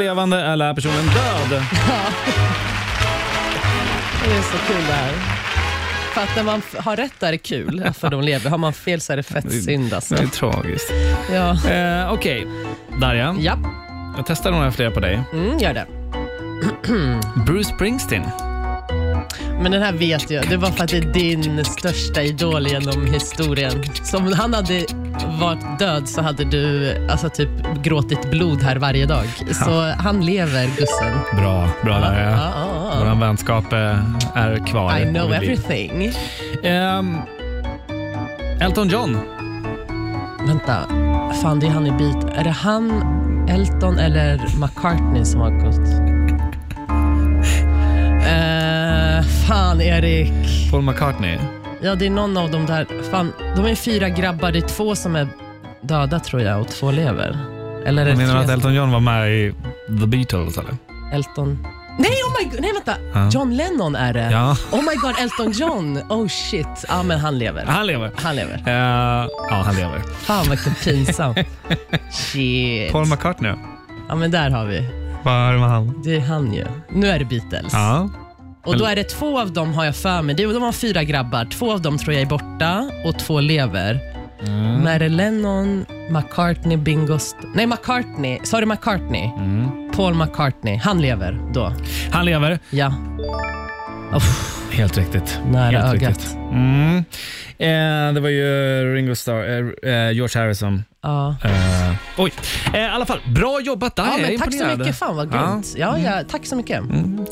levande eller är personen död? Det är så kul det här. För att när man har rätt där är kul, för de lever. Har man fel så är det fett synd alltså. Det är tragiskt. Ja. Okej, Darja. Ja. Jag testar några fler på dig. Gör det. Bruce Springsteen. Men den här vet jag. Det var för att det är din största idol genom historien. Så om han hade varit död så hade du alltså typ gråtit blod här varje dag. Så han lever, gussen. Bra Darja. Vår vänskap är kvar. I know everything. Elton John. Vänta, fan det är han i bit. Är det han, Elton eller McCartney som har gått? Fan Erik. Paul McCartney. Ja, det är någon av dem där. Fan, de är 4 grabbar. Det är 2 som är döda tror jag och 2 lever. Eller Jag menar att Elton John var med i The Beatles eller? Elton. Nej, oh my god. Nej, vänta. John Lennon är det. Ja. Oh my god, Elton John. Oh shit. Ja, men han lever. Han lever. Han lever. Ja, han lever. Fan vad pinsamt. Shit. Paul McCartney. Ja, men där har vi. Vad är det med han? Det är han ju. Nu är det Beatles. Ja. Och då är det 2 av dem har jag för mig. De har 4 grabbar. 2 av dem tror jag är borta och 2 lever. Men är det Lennon, McCartney, Nej, McCartney. Sorry, McCartney. Paul McCartney. Han lever då. Han lever. Ja. Helt riktigt. Nära Helt ögat. riktigt. Det var ju Ringo Starr, George Harrison. Ja. I alla fall, bra jobbat där. Ja, jag är men tack så imponerad. mycket. Fan vad grymt. Ja, tack så mycket.